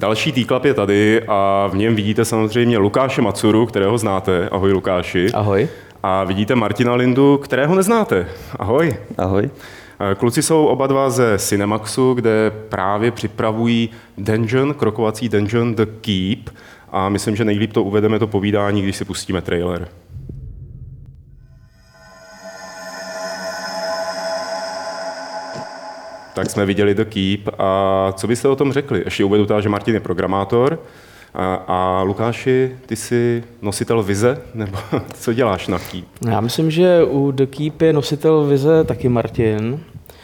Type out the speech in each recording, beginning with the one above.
Další T-Club je tady a v něm vidíte samozřejmě Lukáše Matsuru, kterého znáte. Ahoj Lukáši. Ahoj. A vidíte Martina Lindu, kterého neznáte. Ahoj. Ahoj. Kluci jsou oba dva ze Cinemaxu, kde právě připravují dungeon, krokovací dungeon The Keep. A myslím, že nejlíp to uvedeme to povídání, když si pustíme trailer. Tak jsme viděli The Keep a co byste o tom řekli? Ještě uvedu že Martin je programátor a Lukáši, ty jsi nositel vize, nebo co děláš na Keep? Já myslím, že u The Keep je nositel vize taky Martin.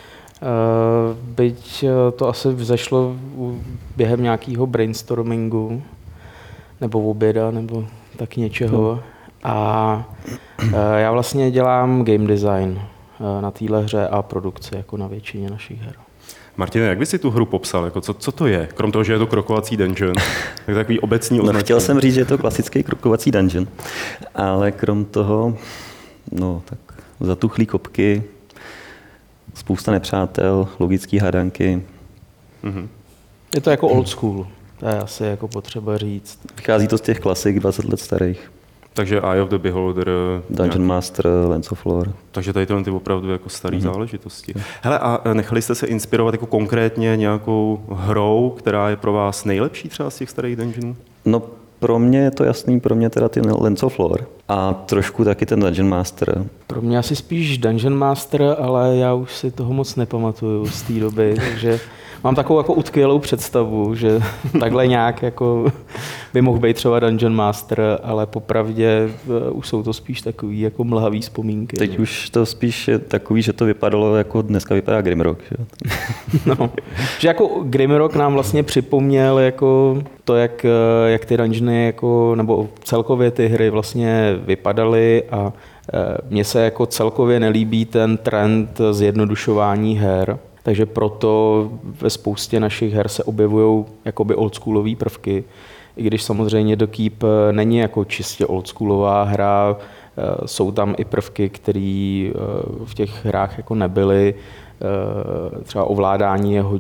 Byť to asi vzešlo během nějakého brainstormingu, nebo oběda, nebo tak něčeho. A já vlastně dělám game design na téhle hře a produkci, jako na většině našich her. Martine, jak bys si tu hru popsal? Jako co to je? Krom toho, že je to krokovací dungeon, tak takový obecní označení. No, chtěl jsem říct, že je to klasický krokovací dungeon, ale krom toho, tak zatuchlý kopky, spousta nepřátel, logický hádanky. Mm-hmm. Je to jako old school, to je asi jako potřeba říct. Vychází to z těch klasik 20 let starých. Takže Eye of the Beholder, Dungeon Master, Lens of Lore. Takže tady ty opravdu jako staré záležitosti. Hele, a nechali jste se inspirovat jako konkrétně nějakou hrou, která je pro vás nejlepší třeba z těch starých dungeonů? No, pro mě je to jasný, pro mě teda ty Lens of Lore a trošku taky ten Dungeon Master. Pro mě asi spíš Dungeon Master, ale já už si toho moc nepamatuju z té doby, takže mám takovou jako utkvělou představu, že takhle nějak jako by mohl být třeba Dungeon Master, ale popravdě už jsou to spíš takový jako mlhavý vzpomínky. Teď už to spíš je takový, že to vypadalo jako dneska vypadá Grimrock. Že? No, že jako Grimrock nám vlastně připomněl jako to, jak ty dungeony jako, nebo celkově ty hry vlastně vypadaly a mně se jako celkově nelíbí ten trend zjednodušování her. Takže proto ve spoustě našich her se objevují jakoby oldschoolové prvky. I když samozřejmě The Keep není jako čistě oldschoolová hra, jsou tam i prvky, které v těch hrách jako nebyly. Třeba ovládání je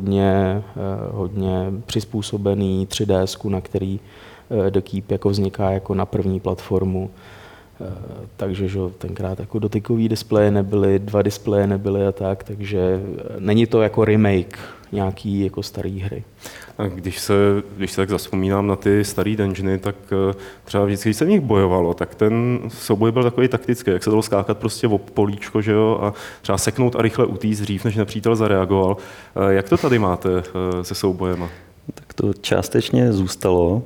hodně přizpůsobený 3DS, na který The Keep jako vzniká jako na první platformu. Takže že tenkrát jako dotykové displeje nebyly, 2 displeje nebyly a tak, takže není to jako remake nějaký jako starý hry. A když se tak zavzpomínám na ty starý dungeony, tak třeba vždycky, když se v nich bojovalo, tak ten souboj byl takový taktický, jak se dalo skákat prostě o políčko, že jo, a třeba seknout a rychle utíct dřív, než nepřítel zareagoval. Jak to tady máte se soubojema? Tak to částečně zůstalo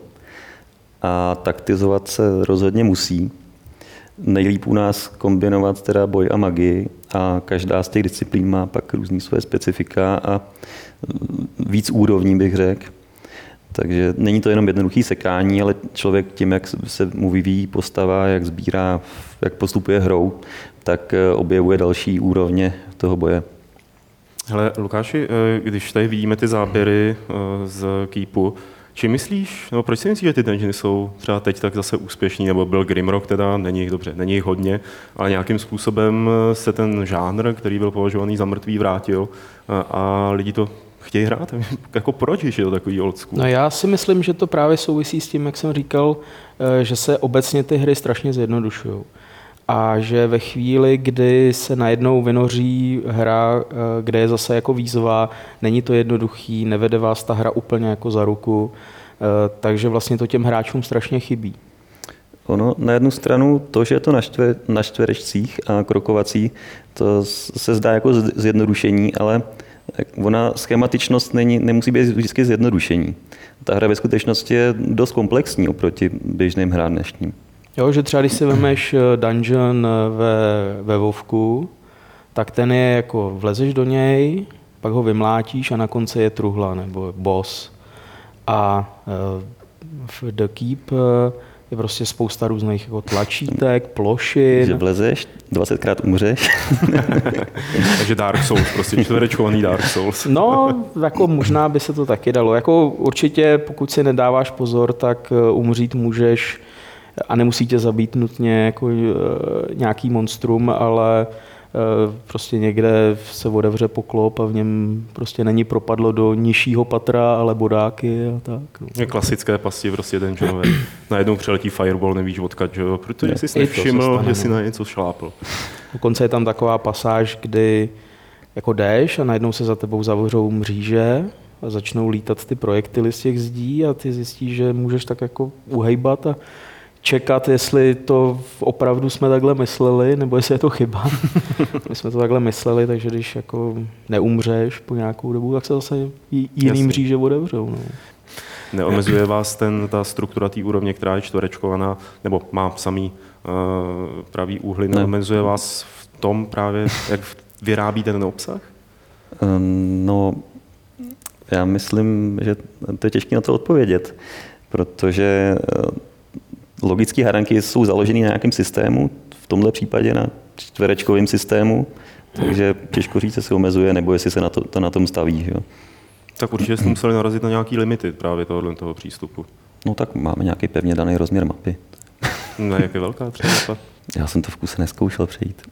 a taktizovat se rozhodně musí. Nejlíp u nás kombinovat teda boj a magii a každá z těch disciplín má pak různý své specifika a víc úrovní bych řekl. Takže není to jenom jednoduchý sekání, ale člověk tím, jak se mu vyvíjí postava, jak sbírá, jak postupuje hrou, tak objevuje další úrovně toho boje. Hele, Lukáši, když tady vidíme ty záběry z Keepu, či myslíš, no proč si myslíš, že ty dungeony jsou třeba teď tak zase úspěšní, nebo byl Grimrock teda, není jich hodně, ale nějakým způsobem se ten žánr, který byl považovaný za mrtvý, vrátil a lidi to chtějí hrát? Jako proč, když je to takový old school? No já si myslím, že to právě souvisí s tím, jak jsem říkal, že se obecně ty hry strašně zjednodušují. A že ve chvíli, kdy se najednou vynoří hra, kde je zase jako výzva, není to jednoduchý, nevede vás ta hra úplně jako za ruku, takže vlastně to těm hráčům strašně chybí. Ono na jednu stranu to, že je to na čtverečcích a krokovací, to se zdá jako zjednodušení, ale ona schematičnost nemusí být vždycky zjednodušení. Ta hra ve skutečnosti je dost komplexní oproti běžným hrám dnešním. Jo, že třeba když si vemeš dungeon ve WoWku, tak ten je jako vlezeš do něj, pak ho vymlátíš a na konci je truhla nebo boss. A v The Keep je prostě spousta různých jako tlačítek, plošin. Že vlezeš, 20krát umřeš. Takže Dark Souls, prostě čtverečkovaný Dark Souls. No, jako možná by se to taky dalo. Jako určitě, pokud si nedáváš pozor, tak umřít můžeš a nemusí tě zabít nutně jako nějaký monstrum, ale prostě někde se otevře poklop a v něm prostě není propadlo do nižšího patra, ale bodáky a tak. No. Je klasické pasti prostě dungeonové. Najednou přeletí fireball, nevíš odkud, že jo, protože jsi I to nevšiml, se stane, že si no. na něco šlápl. Dokonce je tam taková pasáž, kdy jako jdeš a najednou se za tebou zavřou mříže a začnou lítat ty projektily z těch zdí a ty zjistíš, že můžeš tak jako uhejbat a čekat, jestli to opravdu jsme takhle mysleli, nebo jestli je to chyba. My jsme to takhle mysleli, takže když jako neumřeš po nějakou dobu, tak se zase jiný Jasně. mříže otevřou. No. Neomezuje vás ta struktura té úrovně, která je čtverečkovaná, nebo má samý pravý úhly, neomezuje vás v tom právě, jak vyrábíte ten obsah? No, já myslím, že to je těžké na to odpovědět, protože logické hádanky jsou založeny na nějakém systému, v tomhle případě na čtverečkovém systému, takže těžko říct, jestli se omezuje, nebo jestli se na tom staví. Že? Tak určitě jste museli narazit na nějaký limity právě toho přístupu. No tak máme nějaký pevně daný rozměr mapy. No, jak je velká třeba mapa? Já jsem to v kuse neskoušel přejít.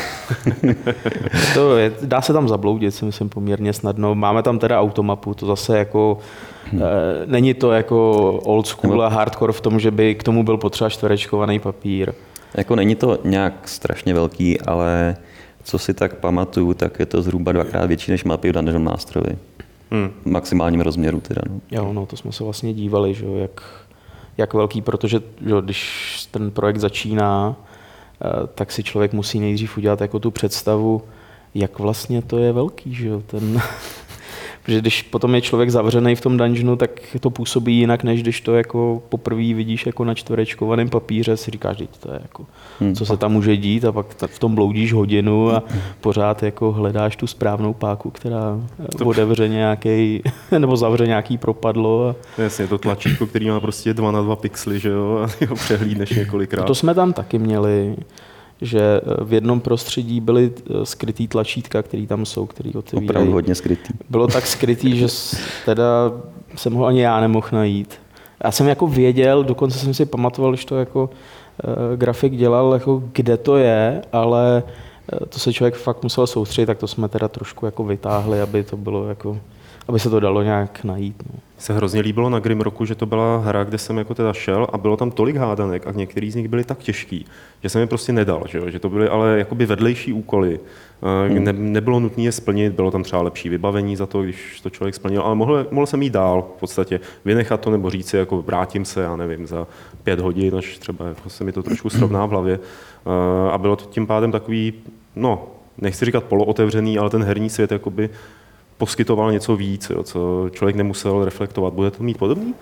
Dá se tam zabloudit, si myslím, poměrně snadno. Máme tam teda automapu, to zase jako není to jako old school a hardcore v tom, že by k tomu byl potřeba čtverečkovaný papír. Jako není to nějak strašně velký, ale co si tak pamatuju, tak je to zhruba 2x větší než mapy v Dungeon Masterovi. V maximálním rozměru teda. No. Jo, no to jsme se vlastně dívali, že jak velký, protože že, když ten projekt začíná, tak si člověk musí nejdřív udělat jako tu představu, jak vlastně to je velký, že jo, protože když potom je člověk zavřený v tom dungeonu, tak to působí jinak, než když to jako poprvé vidíš jako na čtverečkovaném papíře, si říkáš, že to je jako, co se tam může dít a pak v tom bloudíš hodinu a pořád jako hledáš tu správnou páku, která otevře nějaký, nebo zavře nějaký propadlo. A... Jasně, to tlačítko, který má prostě 2x2 pixely, že jo, a ho přehlídneš několikrát. To jsme tam taky měli, že v jednom prostředí byly skrytý tlačítka, které tam jsou, který otevírají. Opravdu hodně skrytý. Bylo tak skrytý, že teda jsem ho ani já nemohl najít. Já jsem jako věděl, dokonce jsem si pamatoval, že to jako grafik dělal, jako kde to je, ale to se člověk fakt musel soustředit, tak to jsme teda trošku jako vytáhli, aby to bylo jako, aby se to dalo nějak najít. No. Se hrozně líbilo na Grimrocku, že to byla hra, kde jsem jako teda šel a bylo tam tolik hádanek a některý z nich byly tak těžký, že jsem je prostě nedal, že to byly ale jakoby vedlejší úkoly. Nebylo nutné je splnit, bylo tam třeba lepší vybavení za to, když to člověk splnil, ale mohl jsem jít dál v podstatě, vynechat to nebo říct si, jako vrátím se, já nevím, za 5 hodin, až třeba jako se mi to trošku srovná v hlavě. A bylo to tím pádem takový, no, nechci říkat polootevřený, ale ten herní svět jakoby poskytoval něco víc, jo, co člověk nemusel reflektovat. Bude to mít podobný?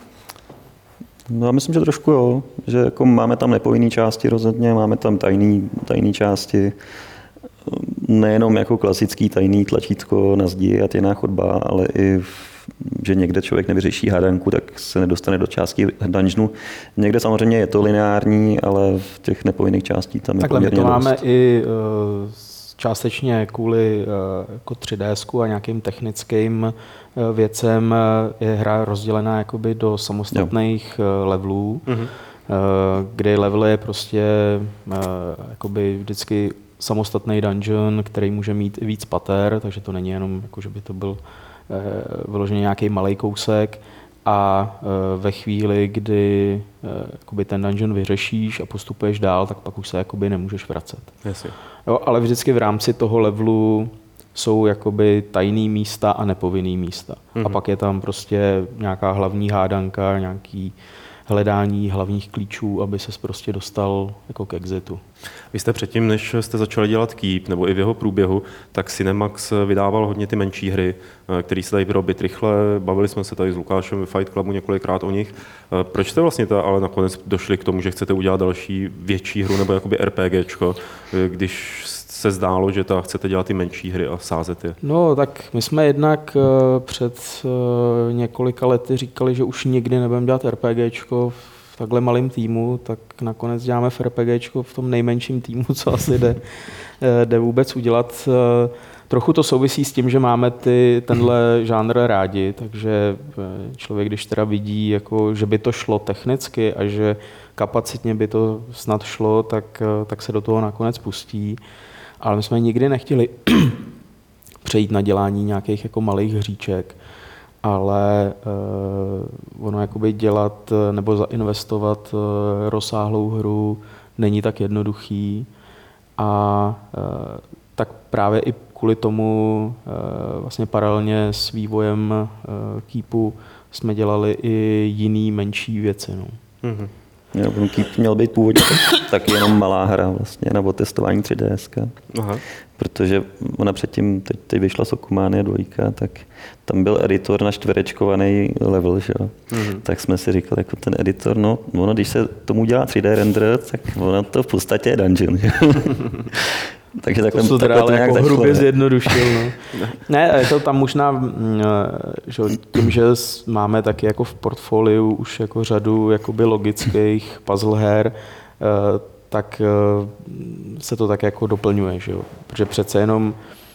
No já myslím, že trošku jo, že jako máme tam nepovinné části rozhodně, máme tam tajné části, nejenom jako klasický tajný tlačítko na zdi a tajná chodba, ale i že někde člověk nevyřeší hádanku, tak se nedostane do části dungeonu. Někde samozřejmě je to lineární, ale v těch nepovinných částí tam je takhle poměrně my to dost. máme i částečně kvůli jako 3Dsku a nějakým technickým věcem je hra rozdělená jakoby do samostatných levelů, kde level je prostě jakoby vždycky samostatný dungeon, který může mít víc pater, takže to není jenom, jako, že by to byl vyloženě nějaký malý kousek a ve chvíli, kdy jakoby ten dungeon vyřešíš a postupuješ dál, tak pak už se jakoby nemůžeš vracet. Jasně. Jo, ale vždycky v rámci toho levelu jsou jakoby tajný místa a nepovinný místa. A pak je tam prostě nějaká hlavní hádanka, nějaký hledání hlavních klíčů, aby ses prostě dostal jako k exitu. Vy jste předtím, než jste začali dělat Keep, nebo i v jeho průběhu, tak Cinemax vydával hodně ty menší hry, které se dají vyrobit rychle. Bavili jsme se tady s Lukášem ve Fight Clubu několikrát o nich. Proč jste vlastně ale nakonec došli k tomu, že chcete udělat další větší hru nebo jakoby RPGčko, když se zdálo, že chcete dělat ty menší hry a sázet je? No tak my jsme jednak před několika lety říkali, že už nikdy nebudeme dělat RPGčko v takhle malém týmu, tak nakonec děláme v RPGčko v tom nejmenším týmu, co asi jde vůbec udělat. Trochu to souvisí s tím, že máme tenhle žánr rádi, takže člověk, když teda vidí, jako, že by to šlo technicky a že kapacitně by to snad šlo, tak se do toho nakonec pustí. Ale my jsme nikdy nechtěli přejít na dělání nějakých jako malých hříček, ale ono jakoby dělat nebo zainvestovat rozsáhlou hru není tak jednoduchý a tak právě i kvůli tomu vlastně paralelně s vývojem Keepu jsme dělali i jiný menší věci. No. Mm-hmm. Keep měl být původně taky jenom malá hra vlastně na otestování 3DS. Aha. Protože ona předtím, teď vyšla Sokumania 2, tak tam byl editor na čtverečkovaný level, že? Mm-hmm. Tak jsme si říkali, jako ten editor, no ono, když se tomu dělá 3D render, tak ono to v podstatě je dungeon. Že? Takže takhle, to teda ale jako hrubě zjednodušil. No. Ne, je to tam možná, že tím, že máme taky jako v portfoliu už jako řadu jakoby logických puzzle her, tak se to tak jako doplňuje, že jo? Protože přece jenom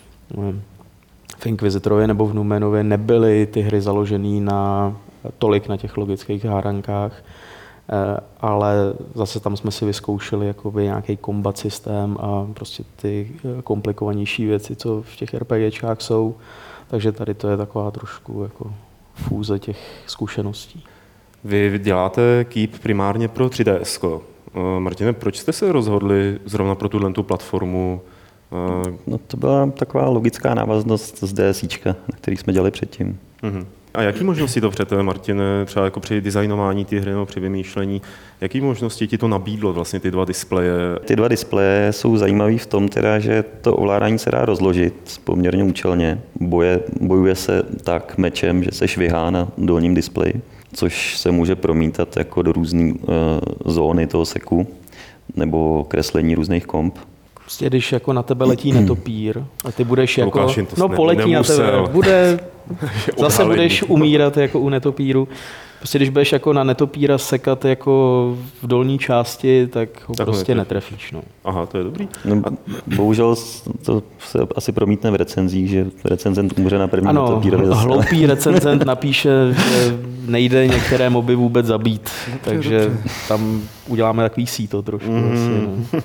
v Inquisitorovi nebo v Numenově nebyly ty hry založené tolik na těch logických hádankách, ale zase tam jsme si vyzkoušeli jakoby nějaký kombat systém a prostě ty komplikovanější věci, co v těch RPGčkách jsou, takže tady to je taková trošku jako fúze těch zkušeností. Vy děláte Keep primárně pro 3DS. Martine, proč jste se rozhodli zrovna pro tuto platformu? No to byla taková logická návaznost z DSička, na který jsme dělali předtím. Uh-huh. A jaký možnosti to před, Martine, třeba jako při designování té hry nebo při vymýšlení, jaký možnosti ti to nabídlo vlastně ty dva displeje? Ty dva displeje jsou zajímavý v tom, teda, že to ovládání se dá rozložit poměrně účelně. Bojuje se tak mečem, že se švihá na dolním displeji, což se může promítat jako do různé zóny toho seku nebo kreslení různých komp. Prostě když jako na tebe letí netopír a ty budeš jako, Lukáši, poletí na tebe, zase budeš umírat jako u netopíru. Prostě když budeš jako na netopíra sekat jako v dolní části, tak ho prostě netrefíš. No. Aha, to je dobrý. No, bohužel to se asi promítne v recenzích, že recenzent umře na první netopírovi. Ano, hloupý recenzent napíše, že nejde některé moby vůbec zabít, takže tam uděláme takový síto trošku. Asi, no.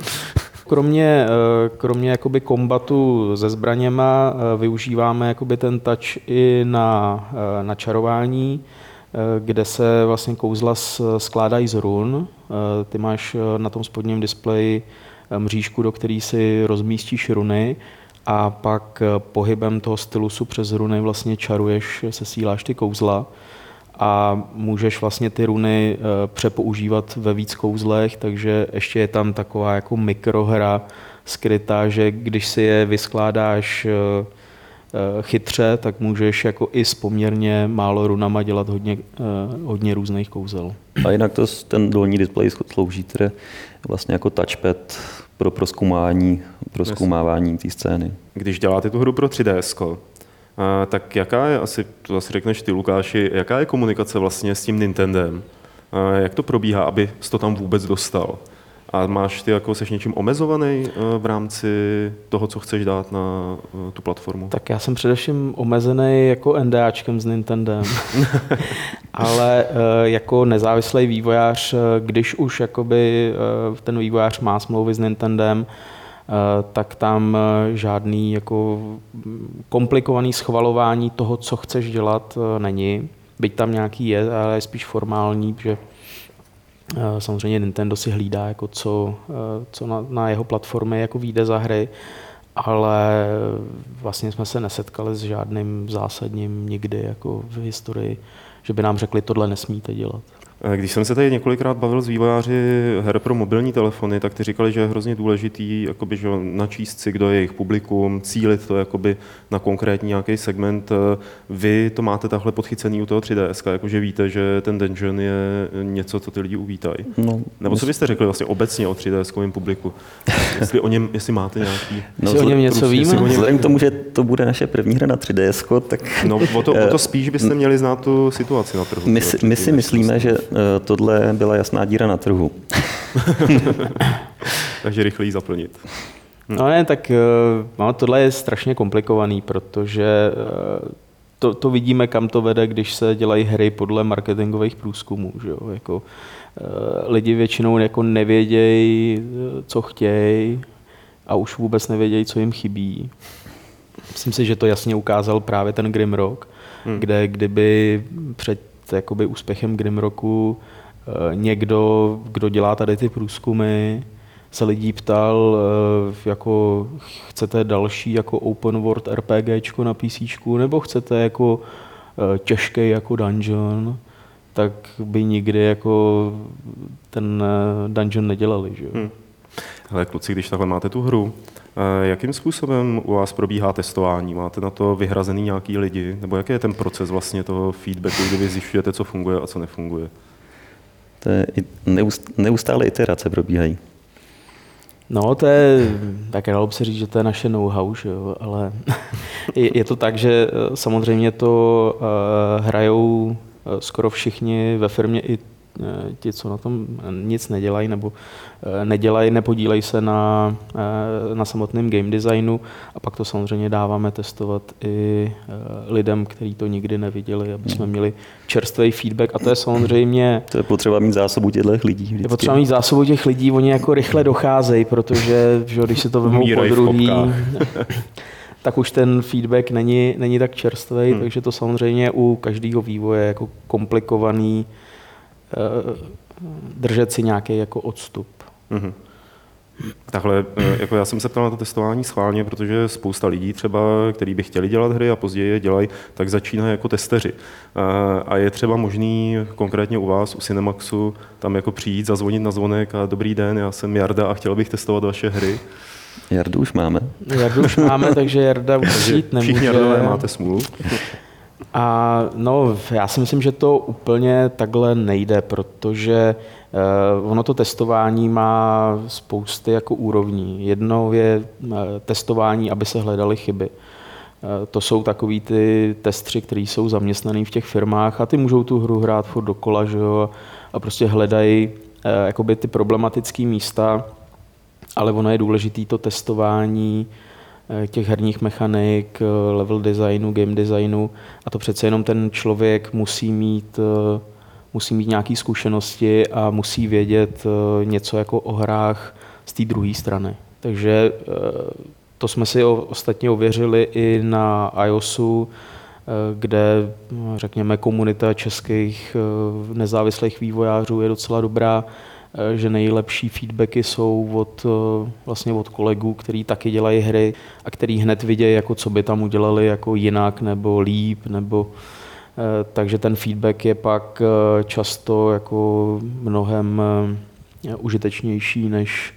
Kromě jakoby kombatu se zbraněma využíváme jakoby ten touch i na čarování, kde se vlastně kouzla skládají z run. Ty máš na tom spodním displeji mřížku, do který si rozmístíš runy a pak pohybem toho stylusu přes runy vlastně čaruješ, sesíláš ty kouzla a můžeš vlastně ty runy přepoužívat ve víc kouzlech, takže ještě je tam taková jako mikrohra skrytá, že když si je vyskládáš chytře, tak můžeš jako i s poměrně málo runama dělat hodně různých kouzel. A jinak ten dolní displej slouží tedy vlastně jako touchpad pro prozkoumávání té scény. Když děláte tu hru pro 3DS, tak jaká je, asi to zase řekneš ty, Lukáši, jaká je komunikace vlastně s tím Nintendem? Jak to probíhá, aby jsi to tam vůbec dostal? A máš ty jako seš něčím omezovaný v rámci toho, co chceš dát na tu platformu? Tak já jsem především omezený jako NDAčkem s Nintendem. Ale jako nezávislý vývojář, když už jakoby ten vývojář má smlouvy s Nintendem, tak tam žádný jako komplikovaný schvalování toho, co chceš dělat, není. Byť tam nějaký je, ale je spíš formální, že samozřejmě Nintendo si hlídá, jako co na jeho platformě jako vyjde za hry, ale vlastně jsme se nesetkali s žádným zásadním nikdy jako v historii, že by nám řekli, tohle nesmíte dělat. Když jsem se tady několikrát bavil s vývojáři her pro mobilní telefony, tak ty říkali, že je hrozně důležitý jakoby, že načíst si, kdo je jejich publikum, cílit to jakoby, na konkrétní nějaký segment. Vy to máte takhle podchycený u toho 3DS, jakože víte, že ten dungeon je něco, co ty lidi uvítají. No, nebo co byste řekli vlastně obecně o 3DS-kovém publiku? Jestli máte nějaký... o něm něco víme? Vzhledem k tomu, že to bude naše první hra na 3DS, tak... No, o to spíš byste měli znát tu situaci na trhu. My si myslíme, že tohle byla jasná díra na trhu. Takže rychle ji zaplnit. No ne, tak tohle je strašně komplikovaný, protože to vidíme, kam to vede, když se dělají hry podle marketingových průzkumů. Že jo? Jako, lidi většinou jako nevědějí, co chtějí a už vůbec nevědějí, co jim chybí. Myslím si, že to jasně ukázal právě ten Grimrock, kde kdyby před jakoby úspěchem Grimrocku někdo, kdo dělá tady ty průzkumy, se lidí ptal, jako chcete další jako open world RPGčko na PCčku, nebo chcete jako těžký jako dungeon, tak by nikdy jako ten dungeon nedělali. Že? Hele, kluci, když takhle máte tu hru, jakým způsobem u vás probíhá testování? Máte na to vyhrazený nějaký lidi? Nebo jaký je ten proces vlastně toho feedbacku, kdy vy zjišťujete, co funguje a co nefunguje? To je neustále iterace probíhají. No, to je, tak dalo by se říct, že to je naše know-how, že jo? Ale je to tak, že samozřejmě to hrajou skoro všichni ve firmě, i ti, co na tom nic nedělají, nebo nepodílejí se na samotném game designu, a pak to samozřejmě dáváme testovat i lidem, kteří to nikdy neviděli, aby jsme měli čerstvý feedback, a to je samozřejmě... To je potřeba mít zásobu těchto lidí vždycky. Je potřeba mít zásobu těch lidí, oni jako rychle docházejí, protože že, když se to vemou po druhý, tak už ten feedback není tak čerstvý, takže to samozřejmě u každého vývoje je jako komplikovaný držet si nějaký jako odstup. Mm-hmm. Takhle, jako já jsem se ptal na to testování schválně, protože spousta lidí třeba, kteří by chtěli dělat hry a později je dělají, tak začínají jako testeři. A je třeba možný konkrétně u vás, u Cinemaxu, tam jako přijít, zazvonit na zvonek a dobrý den, já jsem Jarda a chtěl bych testovat vaše hry. Jardu už máme. Takže Jarda už jít nemůže. Všichni Jardové máte smůlu. A no, já si myslím, že to úplně takhle nejde, protože ono to testování má spousty jako úrovní. Jednou je testování, aby se hledaly chyby. To jsou takový ty testři, kteří jsou zaměstnaný v těch firmách a ty můžou tu hru hrát furt dokola, že jo, a prostě hledají jakoby ty problematické místa, ale ono je důležité to testování těch herních mechanik, level designu, game designu, a to přece jenom ten člověk musí mít nějaké zkušenosti a musí vědět něco jako o hrách z té druhé strany. Takže to jsme si ostatně ověřili i na iOSu, kde, řekněme, komunita českých nezávislých vývojářů je docela dobrá, že nejlepší feedbacky jsou od kolegů, kteří taky dělají hry a kteří hned vidějí, jako co by tam udělali jako jinak nebo líp, takže ten feedback je pak často jako mnohem užitečnější než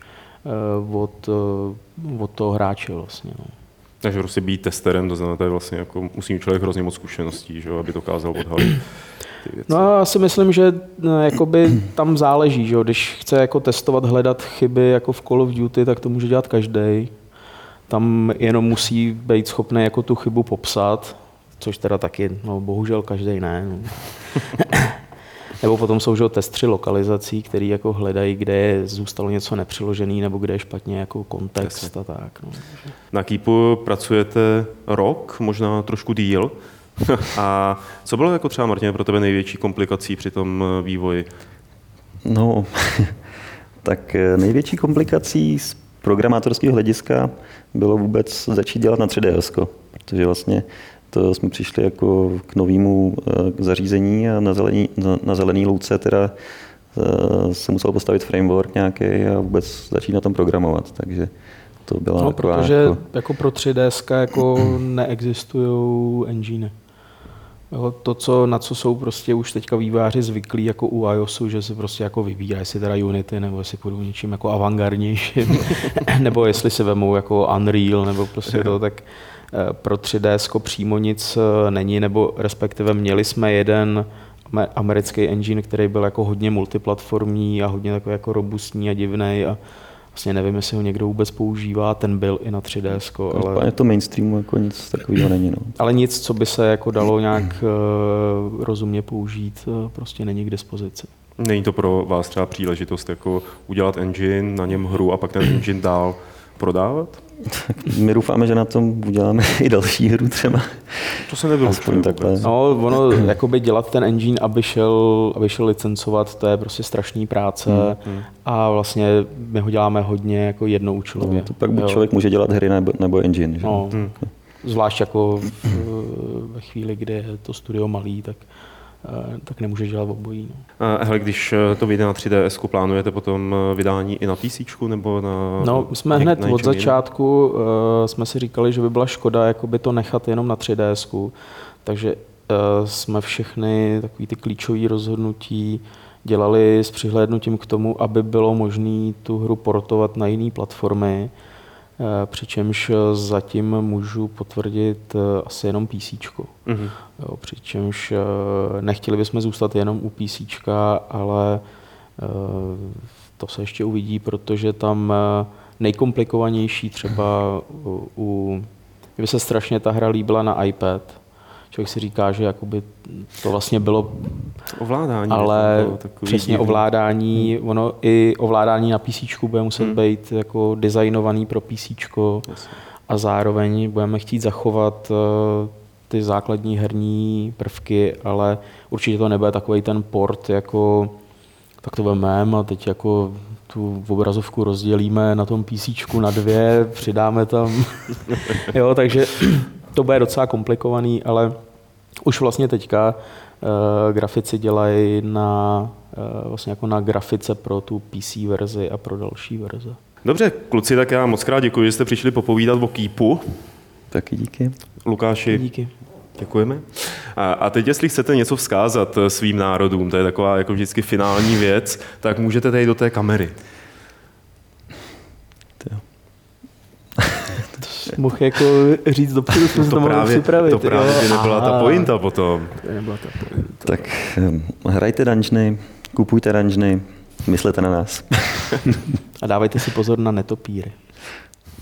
od toho hráče vlastně. No. Takže prostě být testerem, to znamená, vlastně jako musí mít člověk hrozně moc zkušeností, že, aby dokázal odhalit ty věci. No já si myslím, že jakoby tam záleží, že když chce jako testovat, hledat chyby jako v Call of Duty, tak to může dělat každý. Tam jenom musí být schopný jako tu chybu popsat, což teda taky, no bohužel každý ne. No. Nebo potom jsou že testři lokalizací, který jako hledají, kde je zůstalo něco nepřiložený, nebo kde je špatně jako kontext. Jasně. A tak. No. Na Keepu pracujete rok, možná trošku díl. A co bylo jako třeba, Martine, pro tebe největší komplikací při tom vývoji? No, tak největší komplikací z programátorského hlediska bylo vůbec začít dělat na 3DS, protože vlastně to jsme přišli jako k novému zařízení a na zelený louce teda se musel postavit framework nějaký a vůbec začít na tom programovat, takže to byla taková... Protože jako pro 3DS jako neexistují engine. To, na co jsou prostě už teďka vývojáři zvyklí jako u iOSu, že si prostě jako vybírá, jestli teda Unity, nebo jestli půjdu něčím jako avantgardnějším, nebo jestli si vemou jako Unreal, nebo prostě to, tak pro 3DS přímo nic není, nebo respektive měli jsme jeden americký engine, který byl jako hodně multiplatformní a hodně takový jako robustní a divnej a vlastně nevím, jestli ho někdo vůbec používá, ten byl i na 3DS. Ale to mainstreamu jako nic takového není. No. Ale nic, co by se jako dalo nějak rozumně použít, prostě není k dispozici. Není to pro vás třeba příležitost jako udělat engine, na něm hru a pak ten engine dál prodávat? My doufáme, že na tom uděláme i další hru třeba. To se nebylo Aspoň takhle. No, ono, jakoby dělat ten engine, aby šel licencovat, to je prostě strašný práce a vlastně my ho děláme hodně jako jednoúčelově. No, to pak buď člověk může dělat hry nebo engine. Že? No, zvlášť jako ve chvíli, kdy je to studio malý, tak nemůže dělat obojí. No. Hele, když to vyjde na 3DS, plánujete potom vydání i na PC nebo na... No, my jsme hned od začátku jsme si říkali, že by byla škoda jakoby to nechat jenom na 3DS, takže jsme všechny takový ty klíčové rozhodnutí dělali s přihlédnutím k tomu, aby bylo možné tu hru portovat na jiné platformy, přičemž zatím můžu potvrdit asi jenom PC. Jo, přičemž nechtěli bychom zůstat jenom u PC, ale to se ještě uvidí, protože tam nejkomplikovanější třeba kdyby se strašně ta hra líbila na iPad. Člověk si říká, že jakoby to vlastně bylo ovládání, ale přesně ovládání, ono i ovládání na PC bude muset být jako designovaný pro PC a zároveň budeme chtít zachovat ty základní herní prvky, ale určitě to nebude takový ten port, jako tak to vememe a teď jako tu obrazovku rozdělíme na tom PC na dvě, přidáme tam, jo, takže to bude docela komplikovaný, ale už vlastně teďka grafici dělají vlastně jako na grafice pro tu PC verzi a pro další verze. Dobře, kluci, tak já moc krát děkuji, že jste přišli popovídat o Keepu. Taky díky. Lukáši, díky. Děkujeme. A teď, jestli chcete něco vzkázat svým národům, to je taková jako vždycky finální věc, tak můžete tady do té kamery. Mohl jako říct dopředu, jsme se to mohli připravit. To právě by nebyla ta pointa potom. Tak hrajte dungeony, kupujte dungeony, myslete na nás. A dávejte si pozor na netopíry.